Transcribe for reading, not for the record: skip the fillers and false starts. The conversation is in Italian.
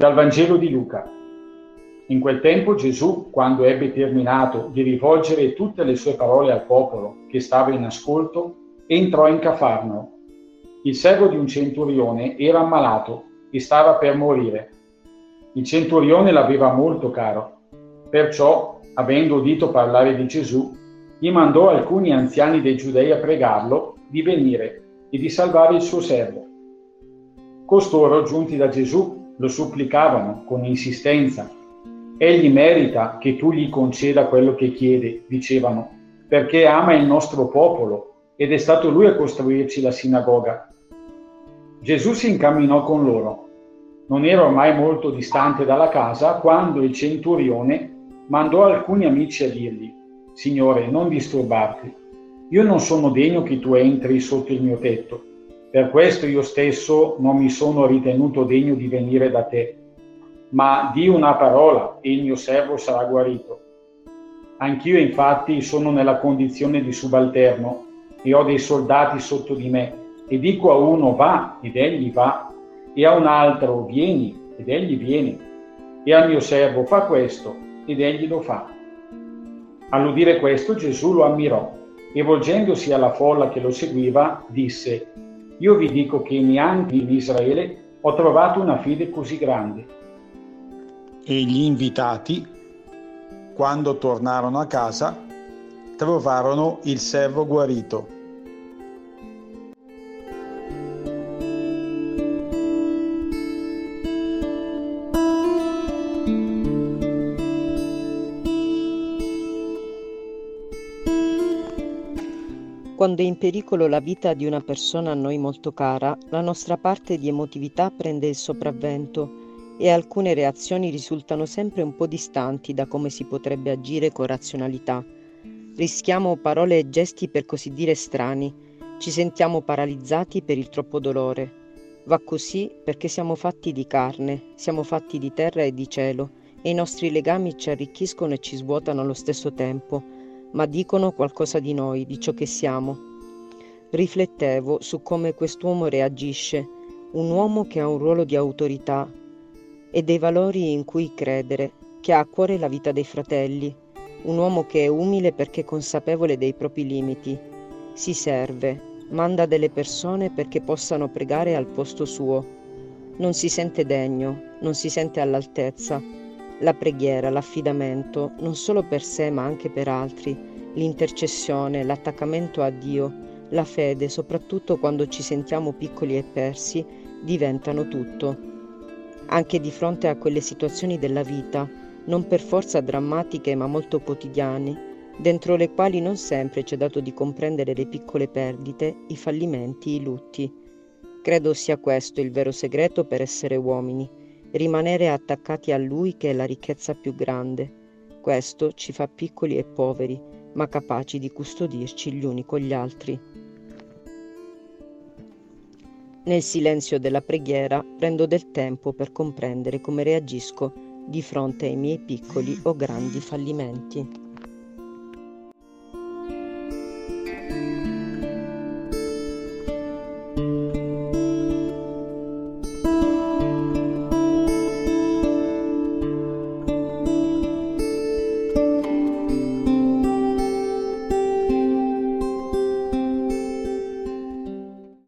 Dal Vangelo di Luca. In quel tempo Gesù, quando ebbe terminato di rivolgere tutte le sue parole al popolo che stava in ascolto, entrò in Cafarnao. Il servo di un centurione era ammalato e stava per morire. Il centurione l'aveva molto caro. Perciò, avendo udito parlare di Gesù, gli mandò alcuni anziani dei Giudei a pregarlo di venire e di salvare il suo servo. Costoro, giunti da Gesù, lo supplicavano con insistenza. Egli merita che tu gli conceda quello che chiede, dicevano, perché ama il nostro popolo ed è stato lui a costruirci la sinagoga. Gesù si incamminò con loro. Non era ormai molto distante dalla casa quando il centurione mandò alcuni amici a dirgli: Signore, non disturbarti. Io non sono degno che tu entri sotto il mio tetto. Per questo io stesso non mi sono ritenuto degno di venire da te. Ma di una parola e il mio servo sarà guarito. Anch'io infatti sono nella condizione di subalterno e ho dei soldati sotto di me, e dico a uno va ed egli va, e a un altro vieni ed egli viene, e al mio servo fa questo ed egli lo fa. All'udire questo Gesù lo ammirò e volgendosi alla folla che lo seguiva disse: Io vi dico che neanche in Israele ho trovato una fede così grande. E gli invitati, quando tornarono a casa, trovarono il servo guarito. Quando è in pericolo la vita di una persona a noi molto cara, la nostra parte di emotività prende il sopravvento e alcune reazioni risultano sempre un po' distanti da come si potrebbe agire con razionalità. Rischiamo parole e gesti per così dire strani, ci sentiamo paralizzati per il troppo dolore. Va così perché siamo fatti di carne, siamo fatti di terra e di cielo, e i nostri legami ci arricchiscono e ci svuotano allo stesso tempo, ma dicono qualcosa di noi, di ciò che siamo. Riflettevo su come quest'uomo reagisce, un uomo che ha un ruolo di autorità e dei valori in cui credere, che ha a cuore la vita dei fratelli, un uomo che è umile perché è consapevole dei propri limiti, si serve, manda delle persone perché possano pregare al posto suo, non si sente degno, non si sente all'altezza. La preghiera, l'affidamento, non solo per sé ma anche per altri, l'intercessione, l'attaccamento a Dio, la fede, soprattutto quando ci sentiamo piccoli e persi, diventano tutto. Anche di fronte a quelle situazioni della vita, non per forza drammatiche ma molto quotidiane, dentro le quali non sempre c'è dato di comprendere le piccole perdite, i fallimenti, i lutti. Credo sia questo il vero segreto per essere uomini, rimanere attaccati a Lui che è la ricchezza più grande. Questo ci fa piccoli e poveri, ma capaci di custodirci gli uni con gli altri. Nel silenzio della preghiera prendo del tempo per comprendere come reagisco di fronte ai miei piccoli o grandi fallimenti.